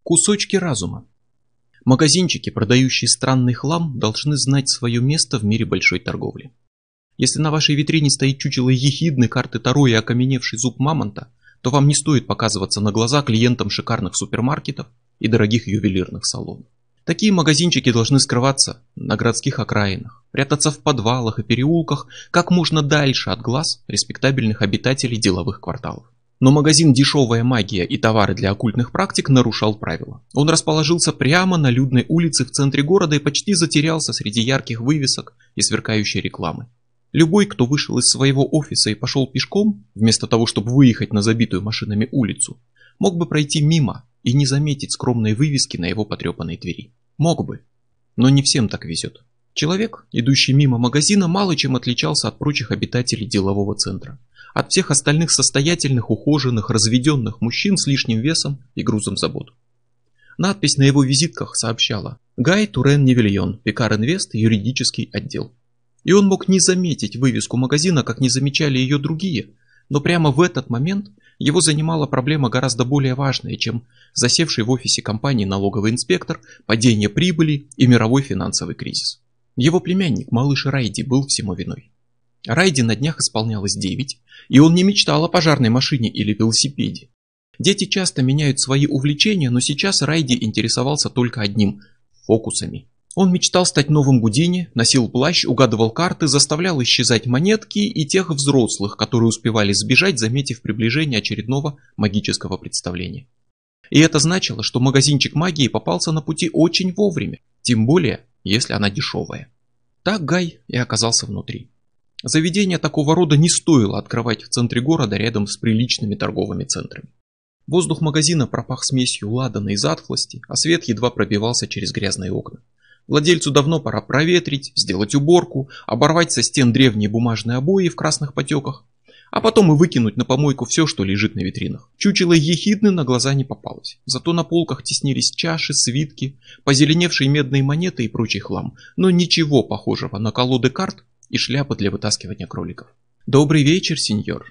Кусочки разума. Магазинчики, продающие странный хлам, должны знать свое место в мире большой торговли. Если на вашей витрине стоит чучело ехидны, карты Таро и окаменевший зуб мамонта, то вам не стоит показываться на глаза клиентам шикарных супермаркетов и дорогих ювелирных салонов. Такие магазинчики должны скрываться на городских окраинах, прятаться в подвалах и переулках как можно дальше от глаз респектабельных обитателей деловых кварталов. Но магазин «Дешевая магия и товары для оккультных практик» нарушал правила. Он расположился прямо на людной улице в центре города и почти затерялся среди ярких вывесок и сверкающей рекламы. Любой, кто вышел из своего офиса и пошел пешком, вместо того, чтобы выехать на забитую машинами улицу, мог бы пройти мимо и не заметить скромной вывески на его потрепанной двери. Мог бы, но не всем так везет. Человек, идущий мимо магазина, мало чем отличался от прочих обитателей делового центра. От всех остальных состоятельных, ухоженных, разведенных мужчин с лишним весом и грузом забот. Надпись на его визитках сообщала: «Гай Турен Невильон, Пекар Инвест, юридический отдел». И он мог не заметить вывеску магазина, как не замечали ее другие, но прямо в этот момент его занимала проблема гораздо более важная, чем засевший в офисе компании налоговый инспектор, падение прибыли и мировой финансовый кризис. Его племянник, малыш Райди, был всему виной. Райди на днях исполнялось 9, и он не мечтал о пожарной машине или велосипеде. Дети часто меняют свои увлечения, но сейчас Райди интересовался только одним – фокусами. Он мечтал стать новым Гудини, носил плащ, угадывал карты, заставлял исчезать монетки и тех взрослых, которые успевали сбежать, заметив приближение очередного магического представления. И это значило, что магазинчик магии попался на пути очень вовремя, тем более, если она дешевая. Так Гай и оказался внутри. Заведение такого рода не стоило открывать в центре города рядом с приличными торговыми центрами. Воздух магазина пропах смесью ладана и затхлости, а свет едва пробивался через грязные окна. Владельцу давно пора проветрить, сделать уборку, оборвать со стен древние бумажные обои в красных потеках, а потом и выкинуть на помойку все, что лежит на витринах. Чучело ехидны на глаза не попалось, зато на полках теснились чаши, свитки, позеленевшие медные монеты и прочий хлам, но ничего похожего на колоды карт и шляпы для вытаскивания кроликов. «Добрый вечер, сеньор!»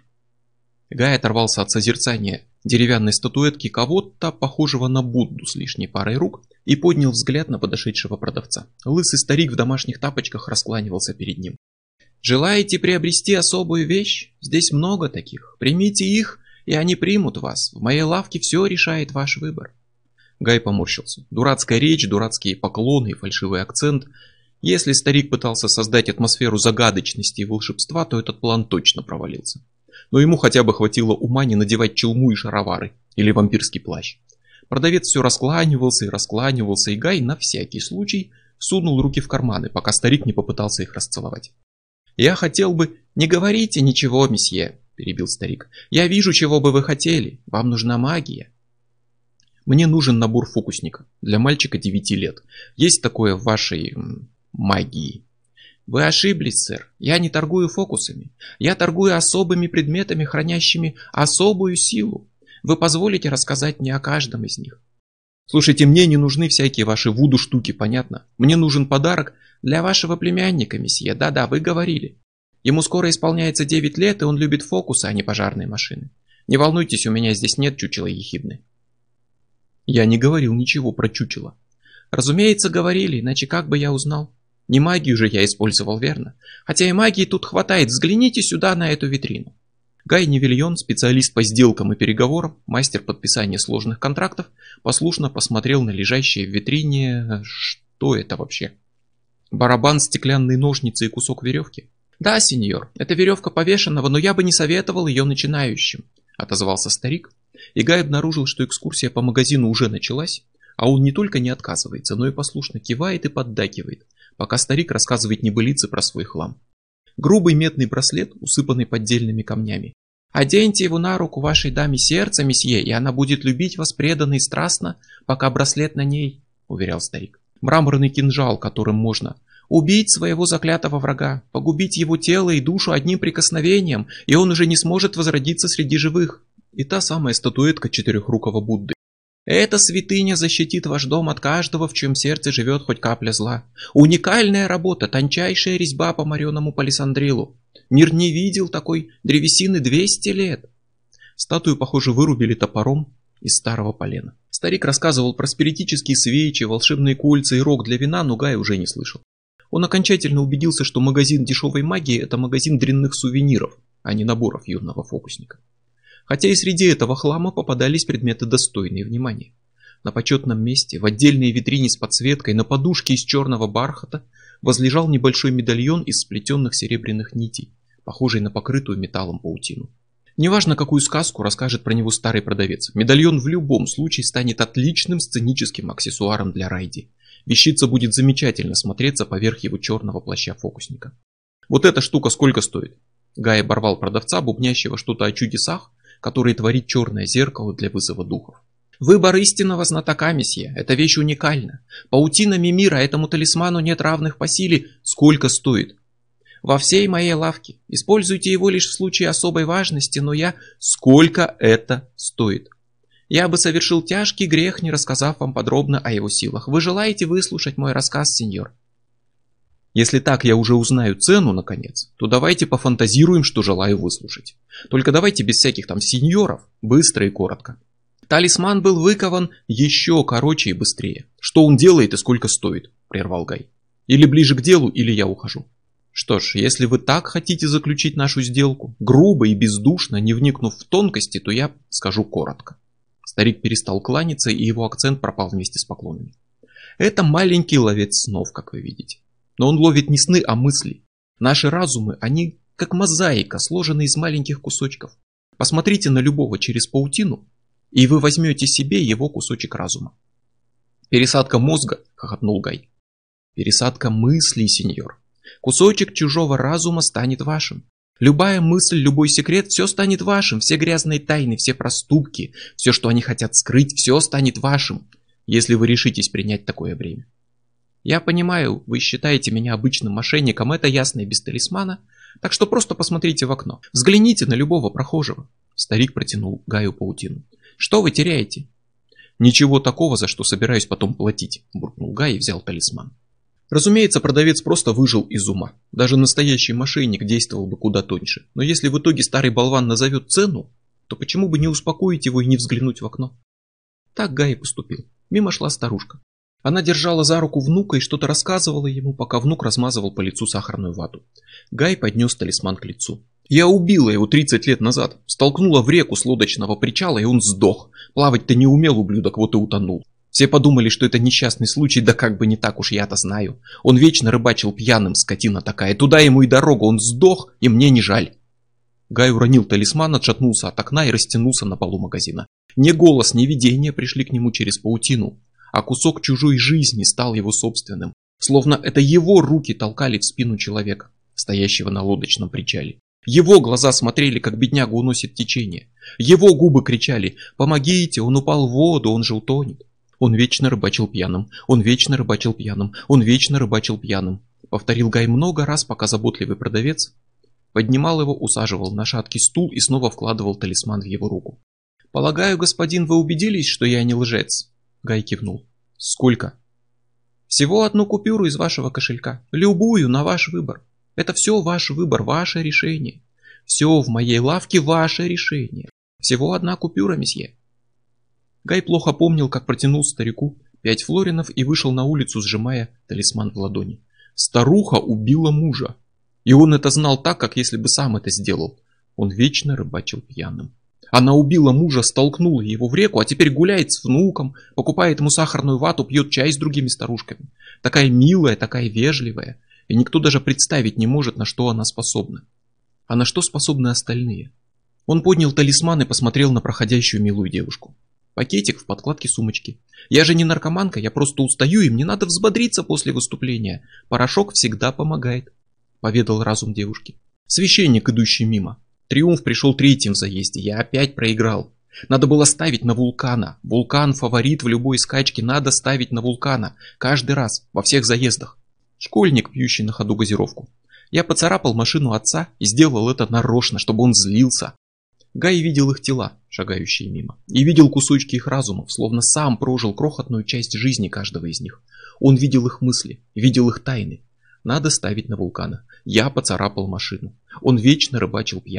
Гай оторвался от созерцания деревянной статуэтки кого-то, похожего на Будду с лишней парой рук, и поднял взгляд на подошедшего продавца. Лысый старик в домашних тапочках раскланивался перед ним. «Желаете приобрести особую вещь? Здесь много таких. Примите их, и они примут вас. В моей лавке все решает ваш выбор». Гай поморщился. Дурацкая речь, дурацкие поклоны и фальшивый акцент. Если старик пытался создать атмосферу загадочности и волшебства, то этот план точно провалился. Но ему хотя бы хватило ума не надевать челму и шаровары или вампирский плащ. Продавец все раскланивался, и Гай на всякий случай сунул руки в карманы, пока старик не попытался их расцеловать. «Я хотел бы...» «Не говорите ничего, месье», — перебил старик. «Я вижу, чего бы вы хотели. Вам нужна магия». «Мне нужен набор фокусника для мальчика 9 лет. Есть такое в вашей... магии?» «Вы ошиблись, сэр. Я не торгую фокусами. Я торгую особыми предметами, хранящими особую силу. Вы позволите рассказать мне о каждом из них?» «Слушайте, мне не нужны всякие ваши вуду штуки, понятно? Мне нужен подарок для вашего племянника, месье. Да-да, вы говорили. Ему скоро исполняется 9 лет, и он любит фокусы, а не пожарные машины. Не волнуйтесь, у меня здесь нет чучела ехидны». «Я не говорил ничего про чучело». «Разумеется, говорили, иначе как бы я узнал? Не магию же я использовал, верно? Хотя и магии тут хватает. Взгляните сюда на эту витрину». Гай Невильон, специалист по сделкам и переговорам, мастер подписания сложных контрактов, послушно посмотрел на лежащее в витрине... Что это вообще? Барабан, стеклянные ножницы и кусок веревки? «Да, сеньор, это веревка повешенного, но я бы не советовал ее начинающим», — отозвался старик. И Гай обнаружил, что экскурсия по магазину уже началась, а он не только не отказывается, но и послушно кивает и поддакивает, пока старик рассказывает небылицы про свой хлам. Грубый медный браслет, усыпанный поддельными камнями. «Оденьте его на руку вашей даме сердца, месье, и она будет любить вас преданно и страстно, пока браслет на ней», — уверял старик. «Мраморный кинжал, которым можно убить своего заклятого врага, погубить его тело и душу одним прикосновением, и он уже не сможет возродиться среди живых». И та самая статуэтка четырехрукого Будды. «Эта святыня защитит ваш дом от каждого, в чьем сердце живет хоть капля зла. Уникальная работа, тончайшая резьба по мореному палисандрилу. Мир не видел такой древесины 200 лет». Статую, похоже, вырубили топором из старого полена. Старик рассказывал про спиритические свечи, волшебные кольца и рог для вина, но Гай уже не слышал. Он окончательно убедился, что магазин дешевой магии – это магазин дрянных сувениров, а не наборов юного фокусника. Хотя и среди этого хлама попадались предметы достойные внимания. На почетном месте, в отдельной витрине с подсветкой, на подушке из черного бархата возлежал небольшой медальон из сплетенных серебряных нитей, похожий на покрытую металлом паутину. Неважно, какую сказку расскажет про него старый продавец, медальон в любом случае станет отличным сценическим аксессуаром для Райди. Вещица будет замечательно смотреться поверх его черного плаща фокусника. Вот эта штука сколько стоит? Гай оборвал продавца, бубнящего что-то о чудесах, которые творит черное зеркало для вызова духов. Выбор истинного знатока, месье. Эта вещь уникальна. Паутина Мимира, этому талисману нет равных по силе. Сколько стоит? Во всей моей лавке. Используйте его лишь в случае особой важности, но Сколько это стоит? Я бы совершил тяжкий грех, не рассказав вам подробно о его силах. Вы желаете выслушать мой рассказ, сеньор? Если так я уже узнаю цену, наконец, то давайте пофантазируем, что желаю выслушать. Только давайте без всяких там сеньоров, быстро и коротко. Талисман был выкован еще короче и быстрее. Что он делает и сколько стоит? Прервал Гай. Или ближе к делу, или я ухожу. Что ж, если вы так хотите заключить нашу сделку, грубо и бездушно, не вникнув в тонкости, то я скажу коротко. Старик перестал кланяться, и его акцент пропал вместе с поклонами. Это маленький ловец снов, как вы видите. Но он ловит не сны, а мысли. Наши разумы, они как мозаика, сложены из маленьких кусочков. Посмотрите на любого через паутину, и вы возьмете себе его кусочек разума. Пересадка мозга, хохотнул Гай. Пересадка мыслей, сеньор. Кусочек чужого разума станет вашим. Любая мысль, любой секрет, все станет вашим. Все грязные тайны, все проступки, все, что они хотят скрыть, все станет вашим, если вы решитесь принять такое бремя. Я понимаю, вы считаете меня обычным мошенником, это ясно и без талисмана, так что просто посмотрите в окно. Взгляните на любого прохожего. Старик протянул Гаю паутину. Что вы теряете? Ничего такого, за что собираюсь потом платить, буркнул Гай и взял талисман. Разумеется, продавец просто выжил из ума. Даже настоящий мошенник действовал бы куда тоньше. Но если в итоге старый болван назовет цену, то почему бы не успокоить его и не взглянуть в окно? Так Гай и поступил. Мимо шла старушка. Она держала за руку внука и что-то рассказывала ему, пока внук размазывал по лицу сахарную вату. Гай поднес талисман к лицу. Я убила его 30 лет назад. Столкнула в реку с лодочного причала, и он сдох. Плавать-то не умел, ублюдок, вот и утонул. Все подумали, что это несчастный случай, да как бы не так уж я-то знаю. Он вечно рыбачил пьяным, скотина такая. Туда ему и дорога, он сдох, и мне не жаль. Гай уронил талисман, отшатнулся от окна и растянулся на полу магазина. Ни голос, ни видение пришли к нему через паутину, а кусок чужой жизни стал его собственным. Словно это его руки толкали в спину человека, стоящего на лодочном причале. Его глаза смотрели, как беднягу уносит течение. Его губы кричали: «Помогите, он упал в воду, он же утонет». Он вечно рыбачил пьяным, он вечно рыбачил пьяным, он вечно рыбачил пьяным. Повторил Гай много раз, пока заботливый продавец поднимал его, усаживал на шаткий стул и снова вкладывал талисман в его руку. «Полагаю, господин, вы убедились, что я не лжец?» Гай кивнул. «Сколько?» «Всего одну купюру из вашего кошелька. Любую, на ваш выбор. Это все ваш выбор, ваше решение. Все в моей лавке ваше решение. Всего одна купюра, месье». Гай плохо помнил, как протянул старику 5 флоринов и вышел на улицу, сжимая талисман в ладони. Старуха убила мужа. И он это знал так, как если бы сам это сделал. Он вечно рыбачил пьяным. Она убила мужа, столкнула его в реку, а теперь гуляет с внуком, покупает ему сахарную вату, пьет чай с другими старушками. Такая милая, такая вежливая. И никто даже представить не может, на что она способна. А на что способны остальные? Он поднял талисман и посмотрел на проходящую милую девушку. Пакетик в подкладке сумочки. Я же не наркоманка, я просто устаю, и мне надо взбодриться после выступления. Порошок всегда помогает, поведал разум девушки. Священник, идущий мимо. Триумф пришел третьим в заезде, я опять проиграл. Надо было ставить на Вулкана. Вулкан фаворит в любой скачке, надо ставить на Вулкана. Каждый раз, во всех заездах. Школьник, пьющий на ходу газировку. Я поцарапал машину отца и сделал это нарочно, чтобы он злился. Гай видел их тела, шагающие мимо, и видел кусочки их разумов, словно сам прожил крохотную часть жизни каждого из них. Он видел их мысли, видел их тайны. Надо ставить на Вулкана. Я поцарапал машину. Он вечно рыбачил пьяным.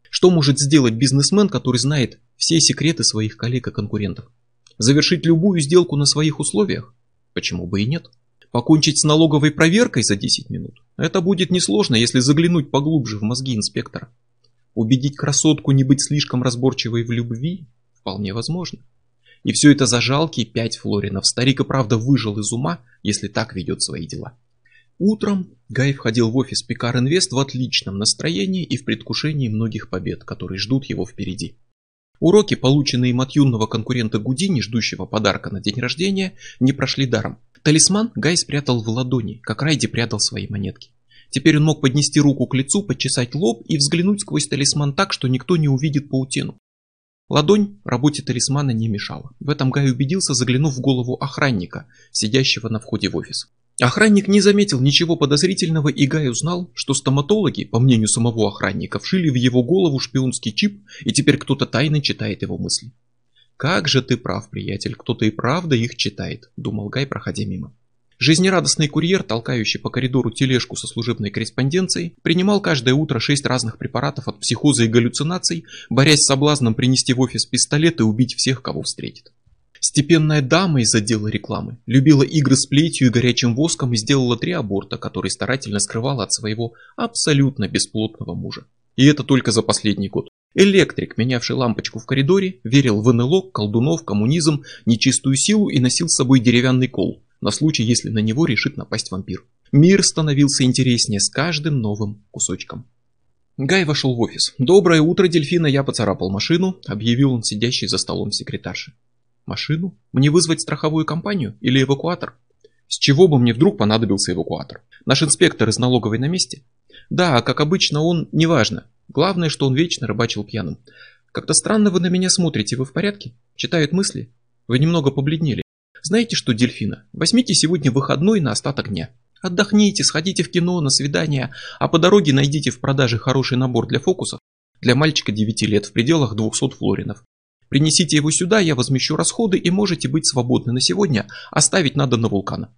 Что может сделать бизнесмен, который знает все секреты своих коллег и конкурентов? Завершить любую сделку на своих условиях? Почему бы и нет? Покончить с налоговой проверкой за 10 минут? Это будет несложно, если заглянуть поглубже в мозги инспектора. Убедить красотку не быть слишком разборчивой в любви? Вполне возможно. И все это за жалкие 5 флоринов. Старик и правда выжил из ума, если так ведет свои дела. Утром Гай входил в офис Пикар Инвест в отличном настроении и в предвкушении многих побед, которые ждут его впереди. Уроки, полученные им от юного конкурента Гудини, ждущего подарка на день рождения, не прошли даром. Талисман Гай спрятал в ладони, как Райди прятал свои монетки. Теперь он мог поднести руку к лицу, почесать лоб и взглянуть сквозь талисман так, что никто не увидит паутину. Ладонь работе талисмана не мешала. В этом Гай убедился, заглянув в голову охранника, сидящего на входе в офис. Охранник не заметил ничего подозрительного, и Гай узнал, что стоматологи, по мнению самого охранника, вшили в его голову шпионский чип, и теперь кто-то тайно читает его мысли. «Как же ты прав, приятель, кто-то и правда их читает», — думал Гай, проходя мимо. Жизнерадостный курьер, толкающий по коридору тележку со служебной корреспонденцией, принимал каждое утро 6 разных препаратов от психоза и галлюцинаций, борясь с соблазном принести в офис пистолет и убить всех, кого встретит. Степенная дама из отдела рекламы любила игры с плетью и горячим воском и сделала 3 аборта, которые старательно скрывала от своего абсолютно бесплотного мужа. И это только за последний год. Электрик, менявший лампочку в коридоре, верил в НЛО, колдунов, коммунизм, нечистую силу и носил с собой деревянный кол, на случай, если на него решит напасть вампир. Мир становился интереснее с каждым новым кусочком. Гай вошел в офис. «Доброе утро, Дельфина, я поцарапал машину», — объявил он сидящий за столом секретарши. «Машину? Мне вызвать страховую компанию или эвакуатор?» «С чего бы мне вдруг понадобился эвакуатор? Наш инспектор из налоговой на месте?» «Да, как обычно он, неважно. Главное, что он вечно рыбачил пьяным. Как-то странно вы на меня смотрите, вы в порядке? Читают мысли? Вы немного побледнели. Знаете что, Дельфина, возьмите сегодня выходной на остаток дня. Отдохните, сходите в кино, на свидание, а по дороге найдите в продаже хороший набор для фокусов для мальчика 9 лет в пределах 200 флоринов. Принесите его сюда, я возмещу расходы и можете быть свободны на сегодня, оставить надо на Вулкана».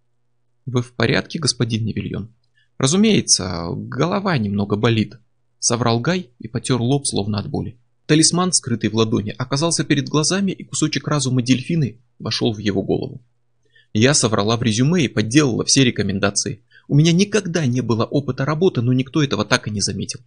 «Вы в порядке, господин Невильон?» «Разумеется, голова немного болит», — соврал Гай и потер лоб, словно от боли. Талисман, скрытый в ладони, оказался перед глазами, и кусочек разума Дельфины вошел в его голову. «Я соврала в резюме и подделала все рекомендации. У меня никогда не было опыта работы, но никто этого так и не заметил».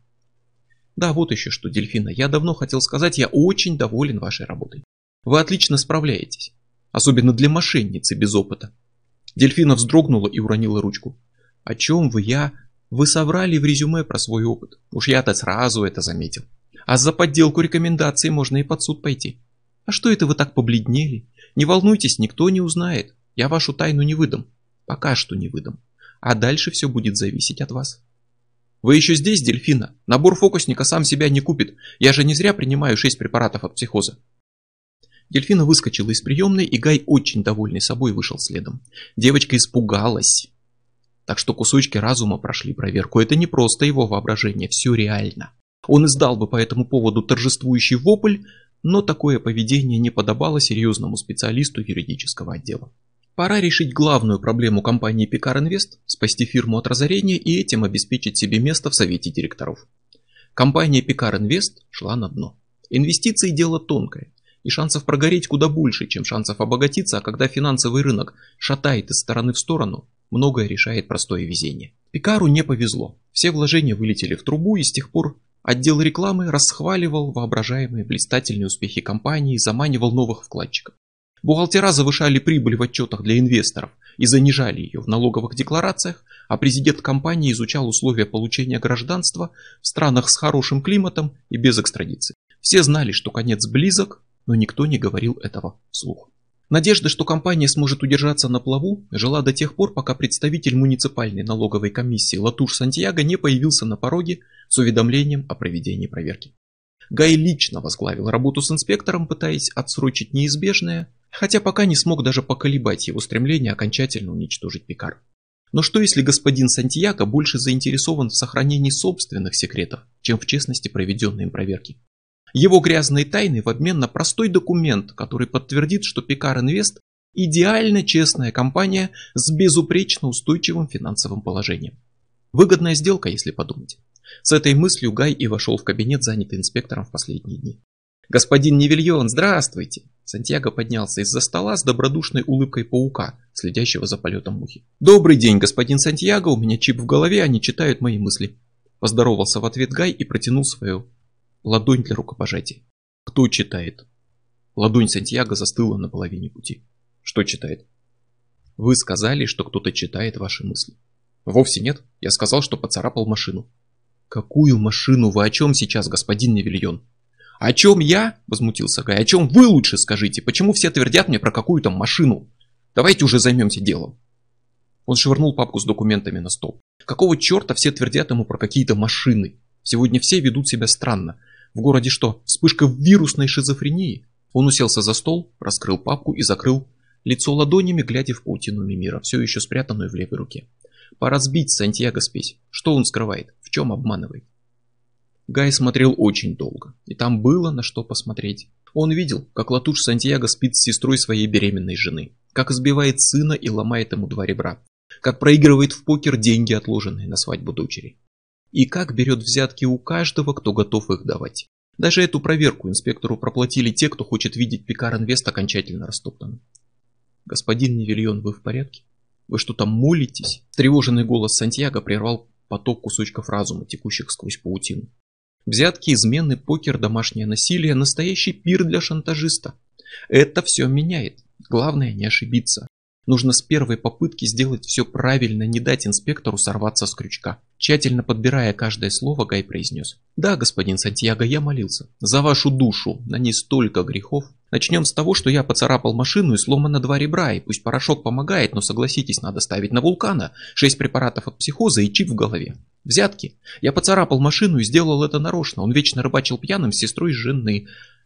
«Да, вот еще что, Дельфина, я давно хотел сказать, я очень доволен вашей работой. Вы отлично справляетесь, особенно для мошенницы без опыта». Дельфина вздрогнула и уронила ручку. «О чем вы, Вы соврали в резюме про свой опыт. Уж я-то сразу это заметил. А за подделку рекомендаций можно и под суд пойти. А что это вы так побледнели? Не волнуйтесь, никто не узнает. Я вашу тайну не выдам. Пока что не выдам. А дальше все будет зависеть от вас». «Вы еще здесь, Дельфина? Набор фокусника сам себя не купит. Я же не зря принимаю 6 препаратов от психоза». Дельфина выскочила из приемной, и Гай, очень довольный собой, вышел следом. Девочка испугалась. Так что кусочки разума прошли проверку. Это не просто его воображение, все реально. Он издал бы по этому поводу торжествующий вопль, но такое поведение не подобало серьезному специалисту юридического отдела. Пора решить главную проблему компании Пикар Инвест, спасти фирму от разорения и этим обеспечить себе место в совете директоров. Компания Пикар Инвест шла на дно. Инвестиции – дело тонкое, и шансов прогореть куда больше, чем шансов обогатиться, а когда финансовый рынок шатает из стороны в сторону, многое решает простое везение. Пикару не повезло, все вложения вылетели в трубу, и с тех пор отдел рекламы расхваливал воображаемые блистательные успехи компании и заманивал новых вкладчиков. Бухгалтера завышали прибыль в отчетах для инвесторов и занижали ее в налоговых декларациях, а президент компании изучал условия получения гражданства в странах с хорошим климатом и без экстрадиции. Все знали, что конец близок, но никто не говорил этого вслух. Надежда, что компания сможет удержаться на плаву, жила до тех пор, пока представитель муниципальной налоговой комиссии Латуш Сантьяго не появился на пороге с уведомлением о проведении проверки. Гай лично возглавил работу с инспектором, пытаясь отсрочить неизбежное, хотя пока не смог даже поколебать его стремление окончательно уничтожить Пикар. Но что если господин Сантьяго больше заинтересован в сохранении собственных секретов, чем в честности проведенной им проверки? Его грязные тайны в обмен на простой документ, который подтвердит, что Пикар Инвест – идеально честная компания с безупречно устойчивым финансовым положением. Выгодная сделка, если подумать. С этой мыслью Гай и вошел в кабинет, занятый инспектором в последние дни. «Господин Невильон, здравствуйте!» Сантьяго поднялся из-за стола с добродушной улыбкой паука, следящего за полетом мухи. «Добрый день, господин Сантьяго, у меня чип в голове, они читают мои мысли». Поздоровался в ответ Гай и протянул свою ладонь для рукопожатия. «Кто читает?» Ладонь Сантьяго застыла на половине пути. «Что читает?» «Вы сказали, что кто-то читает ваши мысли». «Вовсе нет. Я сказал, что поцарапал машину». «Какую машину? Вы о чем сейчас, господин Невильон?» «О чем я?» – возмутился Гай. «О чем вы лучше скажите? Почему все твердят мне про какую-то машину? Давайте уже займемся делом». Он швырнул папку с документами на стол. Какого черта все твердят ему про какие-то машины? Сегодня все ведут себя странно. В городе что, вспышка вирусной шизофрении? Он уселся за стол, раскрыл папку и закрыл лицо ладонями, глядя в паутину мимира, все еще спрятанную в левой руке. Пора сбить Сантьяго спесь. Что он скрывает? В чем обманывает? Гай смотрел очень долго, и там было на что посмотреть. Он видел, как Латуш Сантьяго спит с сестрой своей беременной жены, как избивает сына и ломает ему 2 ребра, как проигрывает в покер деньги, отложенные на свадьбу дочери, и как берет взятки у каждого, кто готов их давать. Даже эту проверку инспектору проплатили те, кто хочет видеть Пикар Инвест окончательно растоптанным. «Господин Невильон, вы в порядке? Вы что-то молитесь?» Встревоженный голос Сантьяго прервал поток кусочков разума, текущих сквозь паутину. Взятки, измены, покер, домашнее насилие – настоящий пир для шантажиста. Это все меняет. Главное не ошибиться. Нужно с первой попытки сделать все правильно, не дать инспектору сорваться с крючка. Тщательно подбирая каждое слово, Гай произнес: «Да, господин Сантьяго, я молился. За вашу душу, на ней столько грехов. Начнем с того, что я поцарапал машину и сломано 2 ребра, и пусть порошок помогает, но согласитесь, надо ставить на Вулкана, 6 препаратов от психоза и чип в голове. Взятки. Я поцарапал машину и сделал это нарочно. Он вечно рыбачил пьяным с сестрой жены».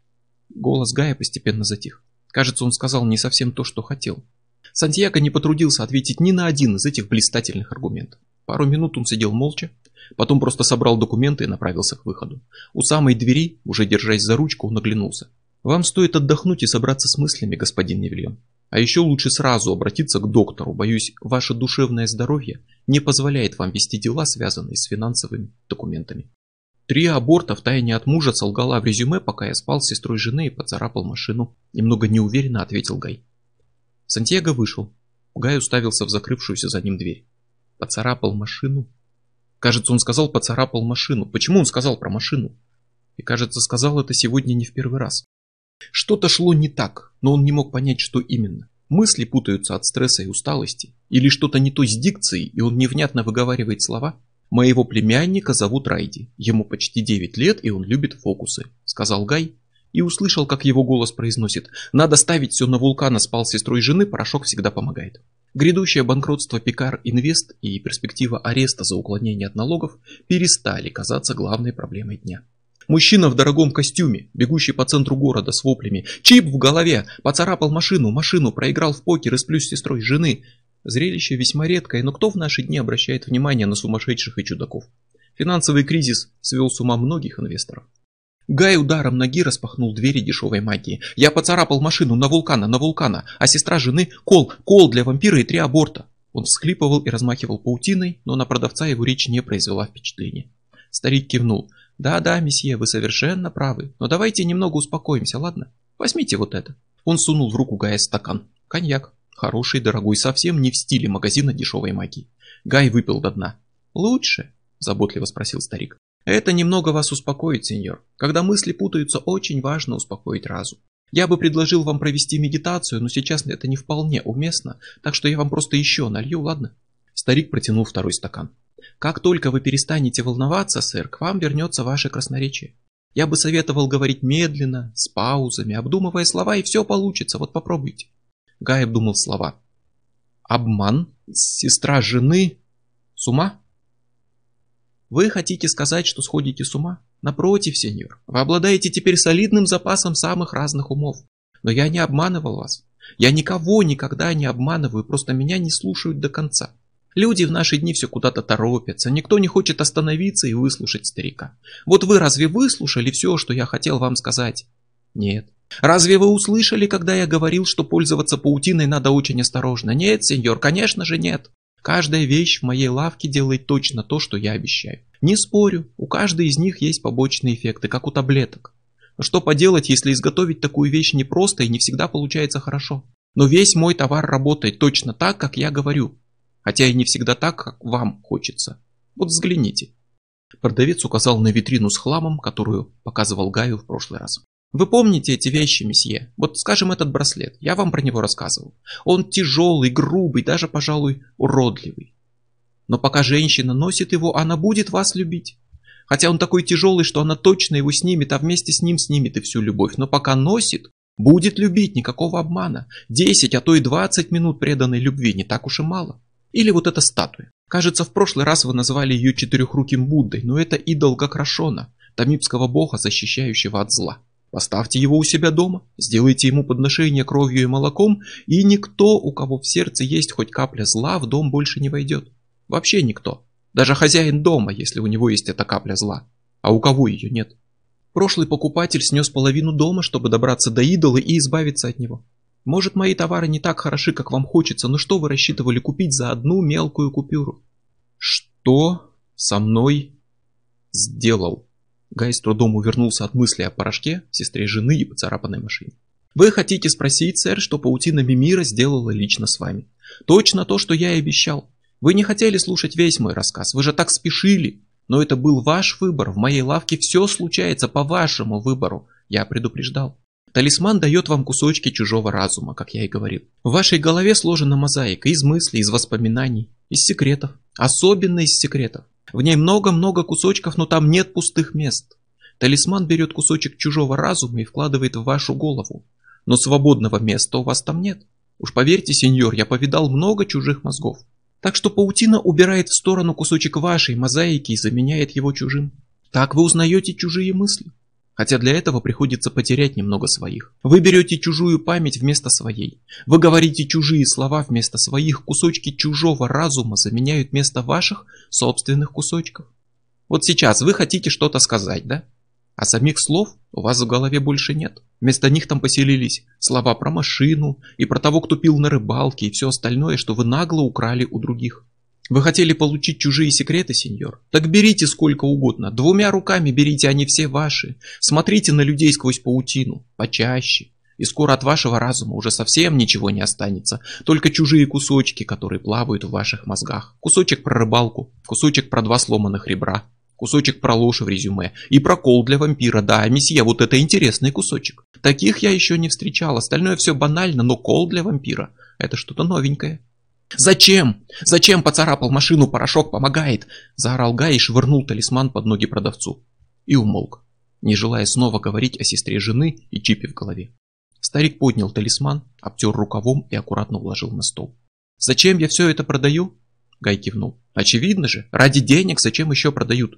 Голос Гая постепенно затих. Кажется, он сказал не совсем то, что хотел. Сантьяго не потрудился ответить ни на один из этих блистательных аргументов. Пару минут он сидел молча, потом просто собрал документы и направился к выходу. У самой двери, уже держась за ручку, он оглянулся. «Вам стоит отдохнуть и собраться с мыслями, господин Невильон. А еще лучше сразу обратиться к доктору. Боюсь, ваше душевное здоровье не позволяет вам вести дела, связанные с финансовыми документами». 3 аборта втайне от мужа солгала в резюме, пока я спал с сестрой жены и поцарапал машину. Немного неуверенно ответил Гай. Сантьяго вышел. Гай уставился в закрывшуюся за ним дверь. Поцарапал машину? Кажется, он сказал поцарапал машину. Почему он сказал про машину? И кажется, сказал это сегодня не в первый раз. Что-то шло не так, но он не мог понять, что именно. Мысли путаются от стресса и усталости. Или что-то не то с дикцией, и он невнятно выговаривает слова. «Моего племянника зовут Райди. Ему почти 9 лет, и он любит фокусы», — сказал Гай. И услышал, как его голос произносит: «Надо ставить все на Вулкана, спал с сестрой жены, порошок всегда помогает». Грядущее банкротство Пикар Инвест и перспектива ареста за уклонение от налогов перестали казаться главной проблемой дня. Мужчина в дорогом костюме, бегущий по центру города с воплями: «Чип в голове! Поцарапал машину, проиграл в покер и сплю с сестрой жены». Зрелище весьма редкое, но кто в наши дни обращает внимание на сумасшедших и чудаков? Финансовый кризис свел с ума многих инвесторов. Гай ударом ноги распахнул двери дешевой магии. «Я поцарапал машину на Вулкана, а сестра жены — кол для вампира и 3 аборта». Он всхлипывал и размахивал паутиной, но на продавца его речь не произвела впечатления. Старик кивнул. «Да, месье, вы совершенно правы, но давайте немного успокоимся, ладно? Возьмите вот это». Он сунул в руку Гая стакан. Коньяк. Хороший, дорогой, совсем не в стиле магазина дешевой магии. Гай выпил до дна. «Лучше?» – заботливо спросил старик. «Это немного вас успокоит, сеньор. Когда мысли путаются, очень важно успокоить разум. Я бы предложил вам провести медитацию, но сейчас это не вполне уместно, так что я вам просто еще налью, ладно?» Старик протянул второй стакан. «Как только вы перестанете волноваться, сэр, к вам вернется ваше красноречие. Я бы советовал говорить медленно, с паузами, обдумывая слова, и все получится, вот попробуйте». Гай обдумал слова. «Обман? Сестра жены? С ума?» «Вы хотите сказать, что сходите с ума? Напротив, сеньор, вы обладаете теперь солидным запасом самых разных умов. Но я не обманывал вас. Я никого никогда не обманываю, просто меня не слушают до конца. Люди в наши дни все куда-то торопятся, никто не хочет остановиться и выслушать старика. Вот вы разве выслушали все, что я хотел вам сказать? Нет. Разве вы услышали, когда я говорил, что пользоваться паутиной надо очень осторожно? Нет, сеньор, конечно же нет. Каждая вещь в моей лавке делает точно то, что я обещаю. Не спорю, у каждой из них есть побочные эффекты, как у таблеток. Но что поделать, если изготовить такую вещь непросто и не всегда получается хорошо. Но весь мой товар работает точно так, как я говорю. Хотя и не всегда так, как вам хочется. Вот взгляните. Продавец указал на витрину с хламом, которую показывал Гаю в прошлый раз. Вы помните эти вещи, месье? Вот, скажем, этот браслет. Я вам про него рассказывал. Он тяжелый, грубый, даже, пожалуй, уродливый. Но пока женщина носит его, она будет вас любить. Хотя он такой тяжелый, что она точно его снимет, а вместе с ним снимет и всю любовь. Но пока носит, будет любить, никакого обмана. 10, а то и 20 минут преданной любви не так уж и мало. Или вот эта статуя. Кажется, в прошлый раз вы называли ее четырехруким Буддой, но это идол Гакрашона, тамибского бога, защищающего от зла. Поставьте его у себя дома, сделайте ему подношение кровью и молоком, и никто, у кого в сердце есть хоть капля зла, в дом больше не войдет. Вообще никто. Даже хозяин дома, если у него есть эта капля зла. А у кого ее нет? Прошлый покупатель снес половину дома, чтобы добраться до идола и избавиться от него. Может, мои товары не так хороши, как вам хочется, но что вы рассчитывали купить за одну мелкую купюру? Что со мной сделал? Гай с трудом увернулся от мысли о порошке, сестре жены и поцарапанной машине. Вы хотите спросить, сэр, что паутина Мимира сделала лично с вами? Точно то, что я и обещал. Вы не хотели слушать весь мой рассказ, вы же так спешили. Но это был ваш выбор, в моей лавке все случается по вашему выбору, я предупреждал. Талисман дает вам кусочки чужого разума, как я и говорил. В вашей голове сложена мозаика из мыслей, из воспоминаний, из секретов. Особенно из секретов. В ней много-много кусочков, но там нет пустых мест. Талисман берет кусочек чужого разума и вкладывает в вашу голову. Но свободного места у вас там нет. Уж поверьте, сеньор, я повидал много чужих мозгов. Так что паутина убирает в сторону кусочек вашей мозаики и заменяет его чужим. Так вы узнаете чужие мысли. Хотя для этого приходится потерять немного своих. Вы берете чужую память вместо своей. Вы говорите чужие слова вместо своих. Кусочки чужого разума заменяют место ваших собственных кусочков. Вот сейчас вы хотите что-то сказать, да? А самих слов у вас в голове больше нет. Вместо них там поселились слова про машину и про того, кто пил на рыбалке и все остальное, что вы нагло украли у других. Вы хотели получить чужие секреты, сеньор? Так берите сколько угодно, 2 руками берите, они все ваши. Смотрите на людей сквозь паутину, почаще. И скоро от вашего разума уже совсем ничего не останется. Только чужие кусочки, которые плавают в ваших мозгах. Кусочек про рыбалку, кусочек про 2 сломанных ребра, кусочек про ложь в резюме и про кол для вампира. Да, месье, вот это интересный кусочек. Таких я еще не встречал, остальное все банально, но кол для вампира — это что-то новенькое. «Зачем? Зачем поцарапал машину, порошок помогает?» — заорал Гай и швырнул талисман под ноги продавцу. И умолк, не желая снова говорить о сестре жены и чипе в голове. Старик поднял талисман, обтер рукавом и аккуратно уложил на стол. «Зачем я все это продаю?» — Гай кивнул. «Очевидно же, ради денег зачем еще продают?»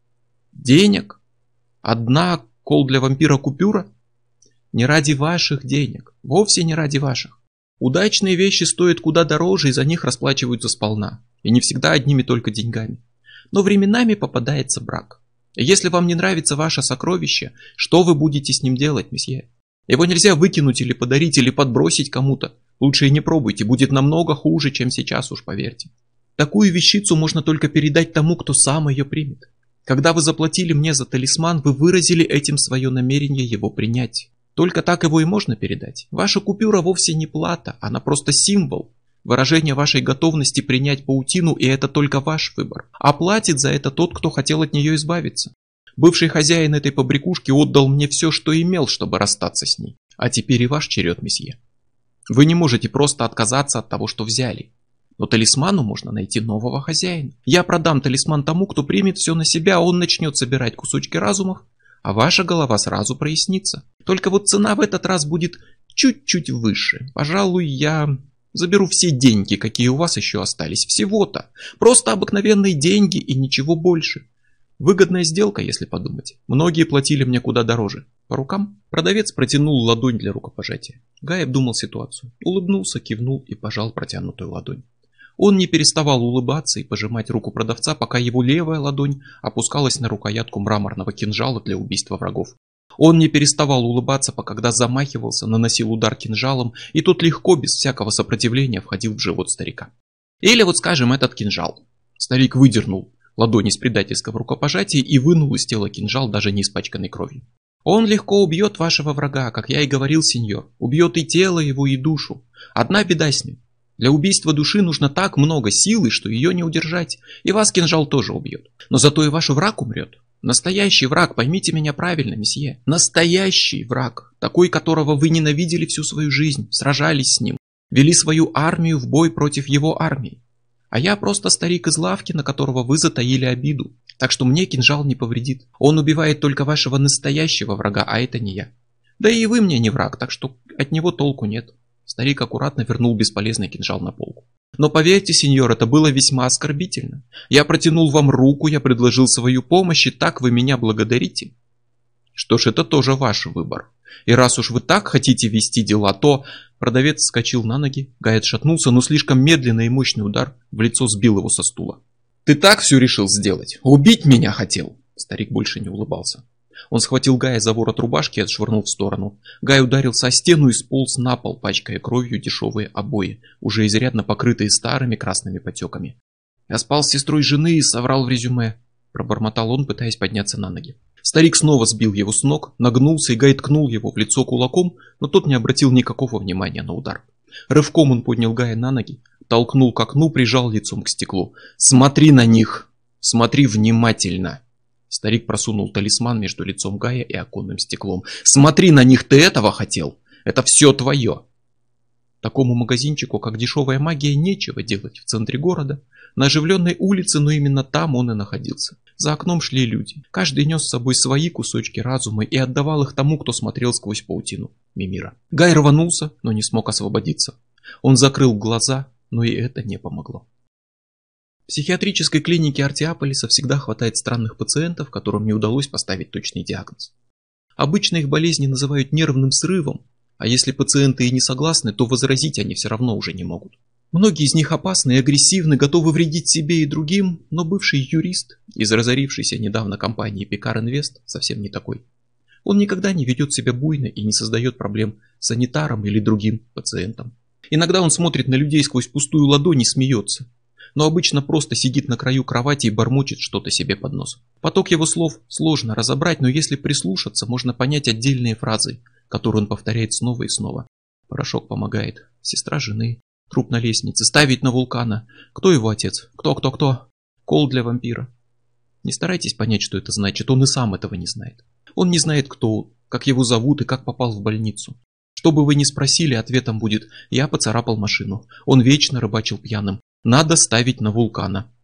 «Денег? Одна кол для вампира купюра?» «Не ради ваших денег, вовсе не ради ваших. Удачные вещи стоят куда дороже и за них расплачиваются сполна. И не всегда одними только деньгами. Но временами попадается брак. И если вам не нравится ваше сокровище, что вы будете с ним делать, месье? Его нельзя выкинуть или подарить, или подбросить кому-то. Лучше и не пробуйте, будет намного хуже, чем сейчас, уж поверьте. Такую вещицу можно только передать тому, кто сам ее примет. Когда вы заплатили мне за талисман, вы выразили этим свое намерение его принять. Только так его и можно передать. Ваша купюра вовсе не плата, она просто символ. Выражение вашей готовности принять паутину, и это только ваш выбор. А платит за это тот, кто хотел от нее избавиться. Бывший хозяин этой побрякушки отдал мне все, что имел, чтобы расстаться с ней. А теперь и ваш черед, месье. Вы не можете просто отказаться от того, что взяли. Но талисману можно найти нового хозяина. Я продам талисман тому, кто примет все на себя, он начнет собирать кусочки разумов, а ваша голова сразу прояснится. Только вот цена в этот раз будет чуть-чуть выше. Пожалуй, я заберу все деньги, какие у вас еще остались. Всего-то. Просто обыкновенные деньги и ничего больше. Выгодная сделка, если подумать. Многие платили мне куда дороже. По рукам? Продавец протянул ладонь для рукопожатия. Гай обдумал ситуацию. Улыбнулся, кивнул и пожал протянутую ладонь. Он не переставал улыбаться и пожимать руку продавца, пока его левая ладонь опускалась на рукоятку мраморного кинжала для убийства врагов. Он не переставал улыбаться, пока когда замахивался, наносил удар кинжалом, и тот легко, без всякого сопротивления, входил в живот старика. Или вот, скажем, этот кинжал. Старик выдернул ладони с предательского рукопожатия и вынул из тела кинжал, даже не испачканный кровью. «Он легко убьет вашего врага, как я и говорил, сеньор. Убьет и тело его, и душу. Одна беда с ним. Для убийства души нужно так много силы, что ее не удержать. И вас кинжал тоже убьет. Но зато и ваш враг умрет. Настоящий враг, поймите меня правильно, месье. Настоящий враг. Такой, которого вы ненавидели всю свою жизнь, сражались с ним, вели свою армию в бой против его армии. А я просто старик из лавки, на которого вы затаили обиду. Так что мне кинжал не повредит. Он убивает только вашего настоящего врага, а это не я. Да и вы мне не враг, так что от него толку нет». Старик аккуратно вернул бесполезный кинжал на полку. «Но поверьте, сеньор, это было весьма оскорбительно. Я протянул вам руку, я предложил свою помощь, и так вы меня благодарите». «Что ж, это тоже ваш выбор. И раз уж вы так хотите вести дела, то...» Продавец вскочил на ноги, Гай отшатнулся, но слишком медленный и мощный удар в лицо сбил его со стула. «Ты так все решил сделать? Убить меня хотел?» Старик больше не улыбался. Он схватил Гая за ворот рубашки и отшвырнул в сторону. Гай ударился о стену и сполз на пол, пачкая кровью дешевые обои, уже изрядно покрытые старыми красными потеками. «Я спал с сестрой жены и соврал в резюме», — пробормотал он, пытаясь подняться на ноги. Старик снова сбил его с ног, нагнулся, и Гай ткнул его в лицо кулаком, но тот не обратил никакого внимания на удар. Рывком он поднял Гая на ноги, толкнул к окну, прижал лицом к стеклу. «Смотри на них! Смотри внимательно!» Старик просунул талисман между лицом Гая и оконным стеклом. «Смотри на них, ты этого хотел? Это все твое!» Такому магазинчику, как дешевая магия, нечего делать в центре города, на оживленной улице, но именно там он и находился. За окном шли люди. Каждый нес с собой свои кусочки разума и отдавал их тому, кто смотрел сквозь паутину мимира. Гай рванулся, но не смог освободиться. Он закрыл глаза, но и это не помогло. В психиатрической клинике Артиаполиса всегда хватает странных пациентов, которым не удалось поставить точный диагноз. Обычно их болезни называют нервным срывом, а если пациенты и не согласны, то возразить они все равно уже не могут. Многие из них опасны и агрессивны, готовы вредить себе и другим, но бывший юрист из разорившейся недавно компании Пикар Инвест совсем не такой. Он никогда не ведет себя буйно и не создает проблем санитарам или другим пациентам. Иногда он смотрит на людей сквозь пустую ладонь и смеется, но обычно просто сидит на краю кровати и бормочет что-то себе под нос. Поток его слов сложно разобрать, но если прислушаться, можно понять отдельные фразы, которые он повторяет снова и снова. Порошок помогает, сестра жены, труп на лестнице, ставить на вулкана, кто его отец, кто, кол для вампира. Не старайтесь понять, что это значит, он и сам этого не знает. Он не знает, кто он, как его зовут и как попал в больницу. Что бы вы ни спросили, ответом будет: «Я поцарапал машину, он вечно рыбачил пьяным, надо ставить на вулкана».